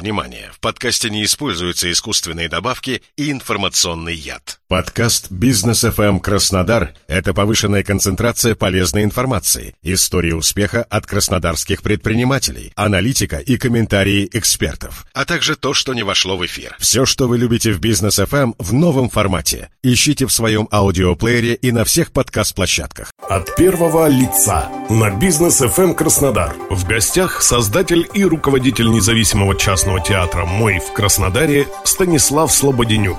внимание, в подкасте не используются искусственные добавки и информационный яд. Подкаст «Бизнес ФМ Краснодар» — это повышенная концентрация полезной информации, истории успеха от краснодарских предпринимателей, аналитика и комментарии экспертов, а также то, что не вошло в эфир. Все, что вы любите в «Бизнес ФМ» в новом формате. Ищите в своем аудиоплеере и на всех подкаст-площадках. От первого лица на «Бизнес ФМ Краснодар». В гостях создатель и руководитель независимого частного театра «Мой» в Краснодаре Станислав Слободенюк.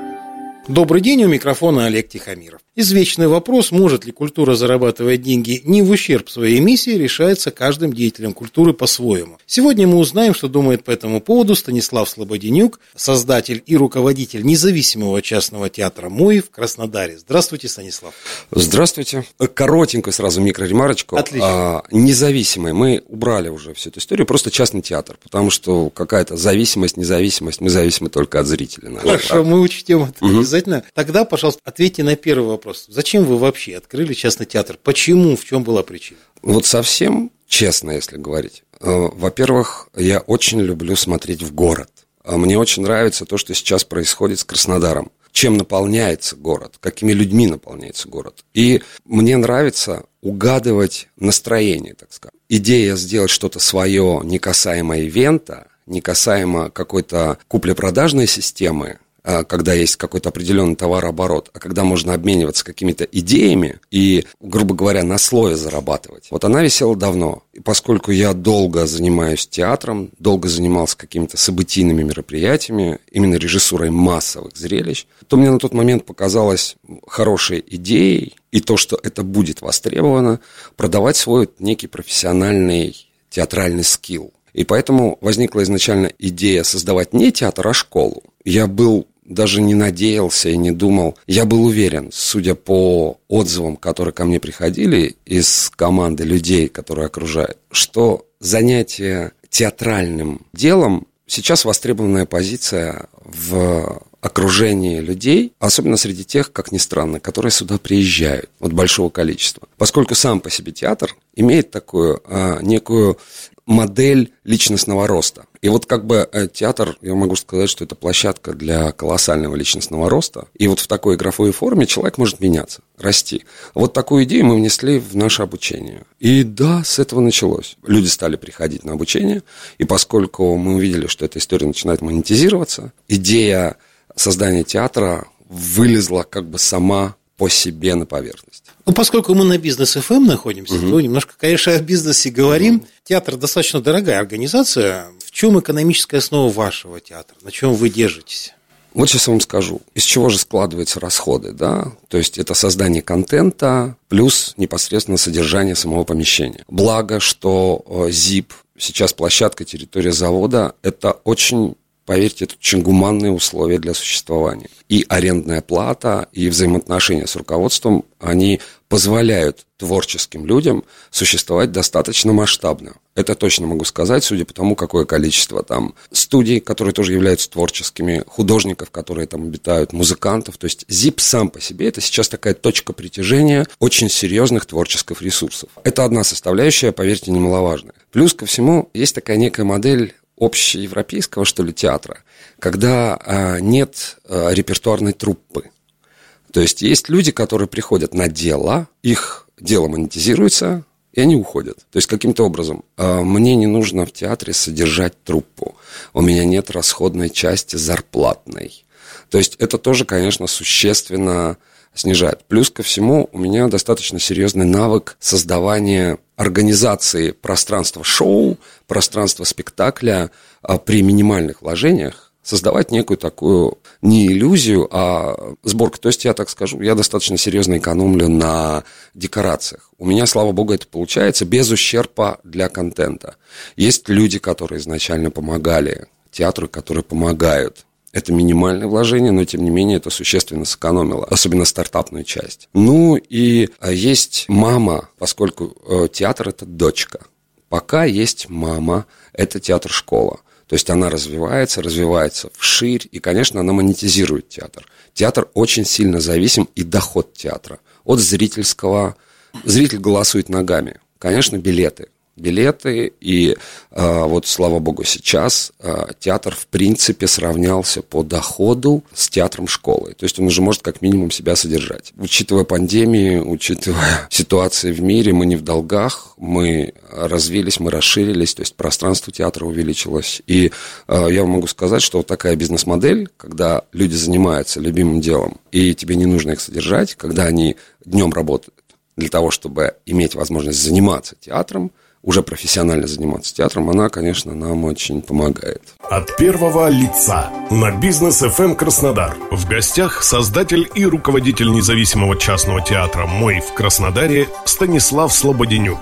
Добрый день, у микрофона Олег Тихомиров. Извечный вопрос, может ли культура зарабатывать деньги не в ущерб своей миссии, решается каждым деятелем культуры по-своему. Сегодня мы узнаем, что думает по этому поводу Станислав Слободенюк, создатель и руководитель независимого частного театра «Мой» в Краснодаре. Здравствуйте, Станислав. Здравствуйте. Коротенькую сразу микроремарочку. Отлично. Независимый. Мы убрали уже всю эту историю, просто частный театр, потому что какая-то зависимость, независимость, мы зависимы только от зрителей. Хорошо, мы учтем это обязательно. Тогда, пожалуйста, ответьте на первый вопрос. Зачем вы вообще открыли частный театр? Почему? В чем была причина? Вот совсем честно, если говорить. Во-первых, я очень люблю смотреть в город. Мне очень нравится то, что сейчас происходит с Краснодаром. Чем наполняется город, какими людьми наполняется город. И мне нравится угадывать настроение, так сказать. Идея сделать что-то свое, не касаемо ивента, не касаемо какой-то купле-продажной системы, когда есть какой-то определенный товарооборот, а когда можно обмениваться какими-то идеями и, грубо говоря, на слове зарабатывать. Вот она висела давно. И поскольку я долго занимаюсь театром, долго занимался какими-то событийными мероприятиями, именно режиссурой массовых зрелищ, то мне на тот момент показалось хорошей идеей, и то, что это будет востребовано, продавать свой некий профессиональный театральный скилл. И поэтому возникла изначально идея создавать не театр, а школу. Я даже не надеялся и не думал. Я был уверен, судя по отзывам, которые ко мне приходили из команды людей, которые окружают, что занятие театральным делом сейчас востребованная позиция в окружении людей, особенно среди тех, как ни странно, которые сюда приезжают, вот большого количества. Поскольку сам по себе театр имеет такую некую модель личностного роста. И вот как бы театр, я могу сказать, что это площадка для колоссального личностного роста. И вот в такой игровой форме человек может меняться, расти. Вот такую идею мы внесли в наше обучение. И да, с этого началось. Люди стали приходить на обучение. И поскольку мы увидели, что эта история начинает монетизироваться, идея создания театра вылезла как бы сама по себе на поверхность. Поскольку мы на «Бизнес ФМ» находимся, то немножко, конечно, о бизнесе говорим. Театр достаточно дорогая организация. В чем экономическая основа вашего театра? На чем вы держитесь? Вот сейчас я вам скажу, из чего же складываются расходы, да? То есть это создание контента плюс непосредственно содержание самого помещения. Благо, что ЗИП, сейчас площадка, территория завода, это очень... Поверьте, это очень гуманные условия для существования. И арендная плата, и взаимоотношения с руководством, они позволяют творческим людям существовать достаточно масштабно. Это точно могу сказать, судя по тому, какое количество там студий, которые тоже являются творческими, художников, которые там обитают, музыкантов. То есть ЗИП сам по себе – это сейчас такая точка притяжения очень серьезных творческих ресурсов. Это одна составляющая, поверьте, немаловажная. Плюс ко всему есть такая некая модель общеевропейского, что ли, театра, когда нет репертуарной труппы. То есть есть люди, которые приходят на дело, их дело монетизируется, и они уходят. То есть каким-то образом мне не нужно в театре содержать труппу. У меня нет расходной части зарплатной. То есть это тоже, конечно, существенно снижает. Плюс ко всему у меня достаточно серьезный навык создавания организации пространства шоу, пространства спектакля при минимальных вложениях, создавать некую такую не иллюзию, а сборку. То есть я так скажу, я достаточно серьезно экономлю на декорациях. У меня, слава богу, это получается без ущерба для контента. Есть люди, которые изначально помогали театру, которые помогают. Это минимальное вложение, но, тем не менее, это существенно сэкономило, особенно стартапную часть. Ну, и есть мама, поскольку театр – это дочка. Пока есть мама, это театр-школа. То есть она развивается вширь, и, конечно, она монетизирует театр. Театр очень сильно зависим, и доход театра, от зрительского. Зритель голосует ногами. Конечно, билеты. билеты, и вот, слава богу, сейчас театр, в принципе, сравнялся по доходу с театром школы. То есть он уже может как минимум себя содержать. Учитывая пандемию, учитывая ситуации в мире, мы не в долгах, мы развились, мы расширились, то есть пространство театра увеличилось. И я могу сказать, что вот такая бизнес-модель, когда люди занимаются любимым делом, и тебе не нужно их содержать, когда они днем работают для того, чтобы иметь возможность заниматься театром, уже профессионально заниматься театром, она, конечно, нам очень помогает. От первого лица на Бизнес ФМ Краснодар. В гостях создатель и руководитель независимого частного театра «Мой» в Краснодаре Станислав Слободенюк.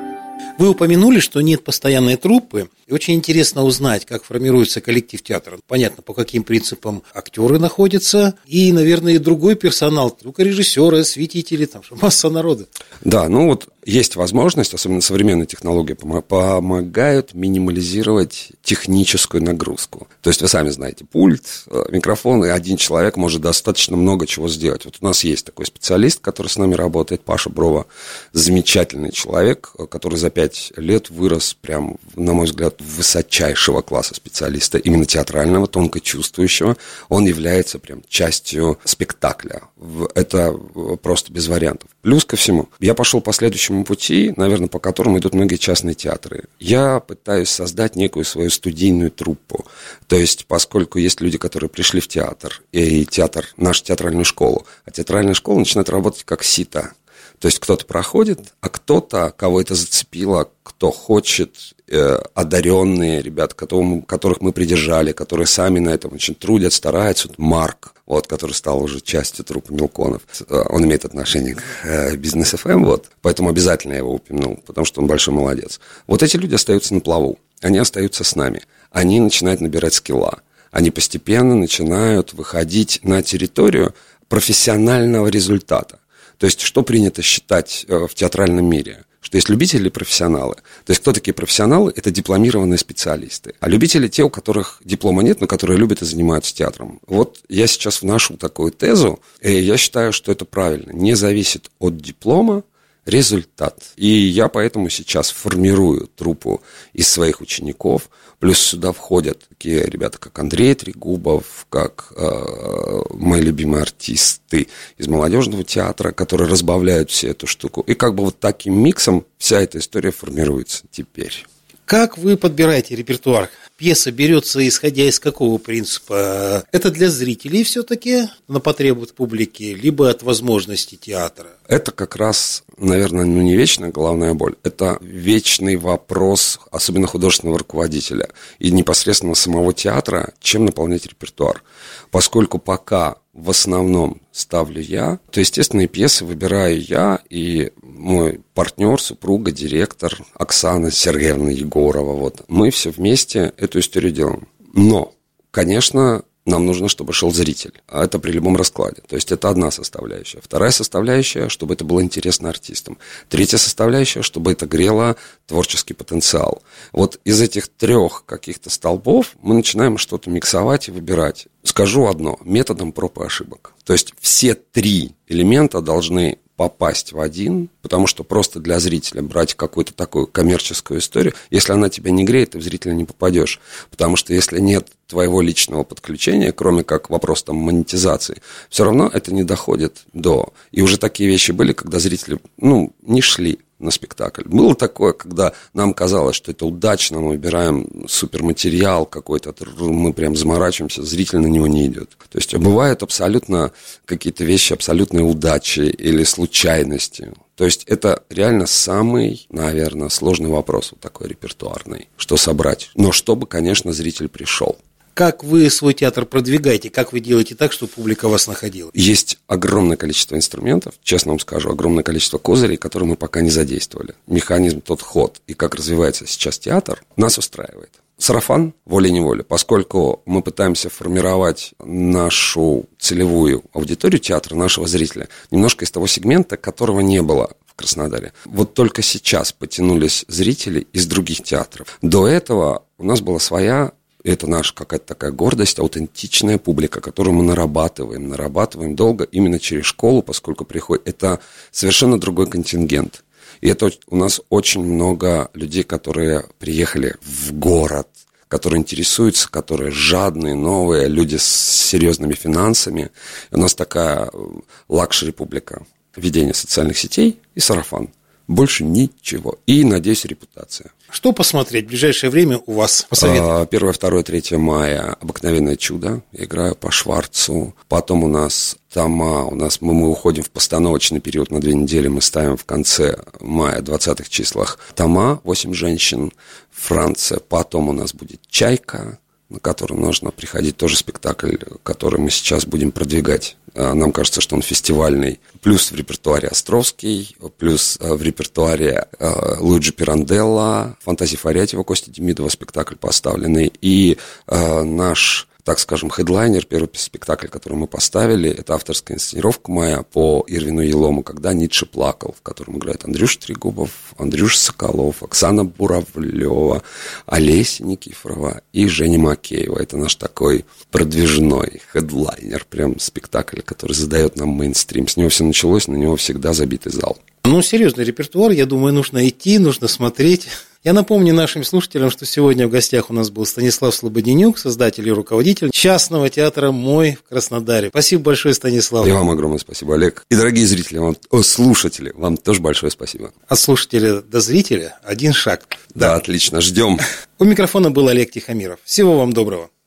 Вы упомянули, что нет постоянной труппы. И очень интересно узнать, как формируется коллектив театра. Понятно, по каким принципам актеры находятся. И, наверное, и другой персонал. Звукорежиссеры, осветители, там же масса народа. Да, ну вот есть возможность, особенно современные технологии помогают минимализировать техническую нагрузку. То есть вы сами знаете, пульт, микрофон, и один человек может достаточно много чего сделать. Вот у нас есть такой специалист, который с нами работает, Паша Брова. Замечательный человек, который за 5 лет вырос прям, на мой взгляд, высочайшего класса специалиста, именно театрального, тонко чувствующего. Он является прям частью спектакля. Это просто без вариантов. Плюс ко всему, я пошел по следующему пути, наверное, по которому идут многие частные театры. Я пытаюсь создать некую свою студийную труппу. То есть, поскольку есть люди, которые пришли в театр, и театр, нашу театральную школу, а театральная школа начинает работать как сито. То есть кто-то проходит, а кто-то, кого это зацепило, кто хочет, одаренные ребята, которых мы придержали, которые сами на этом очень трудят, стараются. Вот Марк, вот, который стал уже частью труппы Милконов, он имеет отношение к Бизнес ФМ, вот, поэтому обязательно я его упомянул, потому что он большой молодец. Вот эти люди остаются на плаву, они остаются с нами, они начинают набирать скилла, они постепенно начинают выходить на территорию профессионального результата. То есть, что принято считать в театральном мире? Что есть любители и профессионалы. То есть, кто такие профессионалы? Это дипломированные специалисты. А любители те, у которых диплома нет, но которые любят и занимаются театром. Вот я сейчас вношу такую тезу, и я считаю, что это правильно. Не зависит от диплома результат. И я поэтому сейчас формирую труппу из своих учеников. Плюс сюда входят такие ребята, как Андрей Трегубов, как мои любимые артисты из молодежного театра, которые разбавляют всю эту штуку. И как бы вот таким миксом вся эта история формируется теперь. Как вы подбираете репертуар? Пьеса берется исходя из какого принципа? Это для зрителей все-таки на потребу публики, либо от возможностей театра? Это как раз, наверное, не вечная головная боль. Это вечный вопрос, особенно художественного руководителя и непосредственно самого театра, чем наполнять репертуар. Поскольку пока в основном ставлю я, то, естественно, и пьесы выбираю я и мой партнер, супруга, директор Оксана Сергеевна Егорова. Вот. Мы все вместе эту историю делаем. Но, конечно, нам нужно, чтобы шел зритель. А это при любом раскладе. То есть, это одна составляющая. Вторая составляющая, чтобы это было интересно артистам. Третья составляющая, чтобы это грело творческий потенциал. Вот из этих 3 каких-то столбов мы начинаем что-то миксовать и выбирать. Скажу одно. Методом проб и ошибок. То есть, все 3 элемента должны попасть в один, потому что просто для зрителя брать какую-то такую коммерческую историю, если она тебя не греет, ты в зрителя не попадешь. Потому что если нет твоего личного подключения, кроме как вопрос там монетизации, все равно это не доходит до... И уже такие вещи были, когда зрители, не шли на спектакль. Было такое, когда нам казалось, что это удачно, мы выбираем суперматериал какой-то, мы прям заморачиваемся, зритель на него не идет. То есть бывают абсолютно какие-то вещи, абсолютные удачи или случайности. То есть это реально самый, наверное, сложный вопрос, вот такой репертуарный, что собрать. Но чтобы, конечно, зритель пришел. Как вы свой театр продвигаете? Как вы делаете так, чтобы публика вас находила? Есть огромное количество инструментов, честно вам скажу, огромное количество козырей, которые мы пока не задействовали. Механизм, тот ход и как развивается сейчас театр, нас устраивает. Сарафан волей-неволей, поскольку мы пытаемся формировать нашу целевую аудиторию театра, нашего зрителя, немножко из того сегмента, которого не было в Краснодаре. Вот только сейчас потянулись зрители из других театров. До этого у нас была своя... Это наша какая-то такая гордость, аутентичная публика, которую мы нарабатываем долго именно через школу, поскольку приходит... Это совершенно другой контингент. И это у нас очень много людей, которые приехали в город, которые интересуются, которые жадные, новые, люди с серьезными финансами. И у нас такая лакшери-публика. Ведение социальных сетей и сарафан. Больше ничего. И, надеюсь, репутация. Что посмотреть в ближайшее время у вас? Посоветуйте. 1, 2, 3 мая «Обыкновенное чудо». Я играю по Шварцу. Потом у нас Тома. Мы уходим в постановочный период на 2 недели. Мы ставим в конце мая, 20-х числах, Тома, 8 женщин, Франция. Потом у нас будет «Чайка», на который нужно приходить, тоже спектакль, который мы сейчас будем продвигать. Нам кажется, что он фестивальный. Плюс в репертуаре Островский, плюс в репертуаре Луиджи Пиранделло, фантазии Фарятьева, Кости Демидова спектакль поставленный. И наш, так скажем, хедлайнер, первый спектакль, который мы поставили, это авторская инсценировка моя по Ирвину Елому «Когда Ницше плакал», в котором играет Андрюша Трегубов, Андрюша Соколов, Оксана Буравлева, Олеся Никифорова и Женя Макеева. Это наш такой продвижной хедлайнер, прям спектакль, который задает нам мейнстрим. С него все началось, на него всегда забитый зал. Серьезный репертуар, я думаю, нужно идти, нужно смотреть. Я напомню нашим слушателям, что сегодня в гостях у нас был Станислав Слободенюк, создатель и руководитель частного театра «Мой» в Краснодаре. Спасибо большое, Станислав. И вам огромное спасибо, Олег. И, дорогие зрители, слушатели, вам тоже большое спасибо. От слушателя до зрителя 1 шаг. Да, отлично, ждем. У микрофона был Олег Тихомиров. Всего вам доброго.